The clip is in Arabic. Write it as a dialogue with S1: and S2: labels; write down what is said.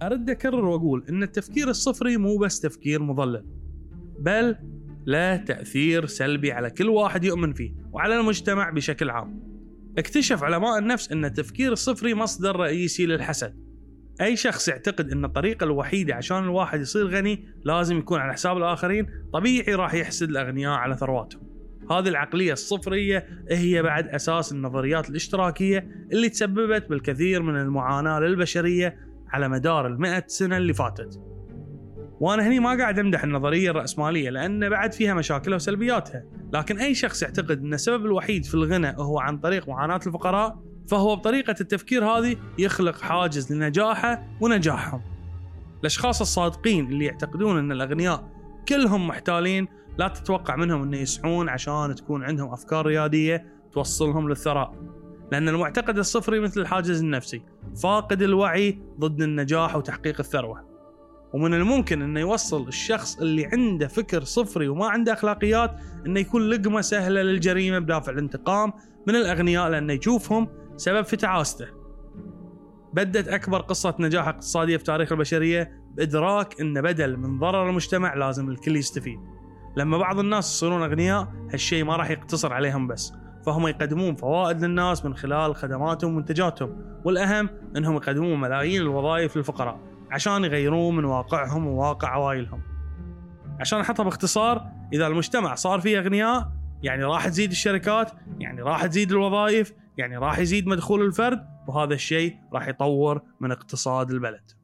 S1: أرد أكرر وأقول إن التفكير الصفري مو بس تفكير مضلل، بل له تأثير سلبي على كل واحد يؤمن فيه وعلى المجتمع بشكل عام. اكتشف علماء النفس أن التفكير الصفري مصدر رئيسي للحسد. أي شخص يعتقد أن الطريقة الوحيدة عشان الواحد يصير غني لازم يكون على حساب الآخرين، طبيعي راح يحسد الأغنياء على ثرواتهم. هذه العقلية الصفرية هي بعد أساس النظريات الاشتراكية اللي تسببت بالكثير من المعاناة للبشرية على مدار 100 سنة اللي فاتت. وأنا هني ما قاعد أمدح النظرية الرأسمالية لأن بعد فيها مشاكلها وسلبياتها، لكن أي شخص يعتقد أن السبب الوحيد في الغنى هو عن طريق معاناة الفقراء، فهو بطريقة التفكير هذه يخلق حاجز لنجاحه ونجاحهم. الأشخاص الصادقين اللي يعتقدون أن الأغنياء كلهم محتالين، لا تتوقع منهم أن يسعون عشان تكون عندهم أفكار ريادية توصلهم للثراء، لأن المعتقد الصفري مثل الحاجز النفسي، فاقد الوعي ضد النجاح وتحقيق الثروة. ومن الممكن أنه يوصل الشخص اللي عنده فكر صفري وما عنده أخلاقيات أنه يكون لقمة سهلة للجريمة بدافع الانتقام من الأغنياء، لأنه يشوفهم سبب في تعاسته. بدت أكبر قصة نجاح اقتصادية في تاريخ البشرية بإدراك أن بدل من ضرر المجتمع لازم الكل يستفيد. لما بعض الناس يصيرون أغنياء، هالشيء ما راح يقتصر عليهم بس، فهم يقدمون فوائد للناس من خلال خدماتهم ومنتجاتهم، والأهم أنهم يقدمون ملايين الوظائف للفقراء عشان يغيرون من واقعهم وواقع عوائلهم. عشان أحطها باختصار، إذا المجتمع صار فيه أغنياء يعني راح تزيد الشركات، يعني راح تزيد الوظائف، يعني راح يزيد مدخول الفرد، وهذا الشيء راح يطور من اقتصاد البلد.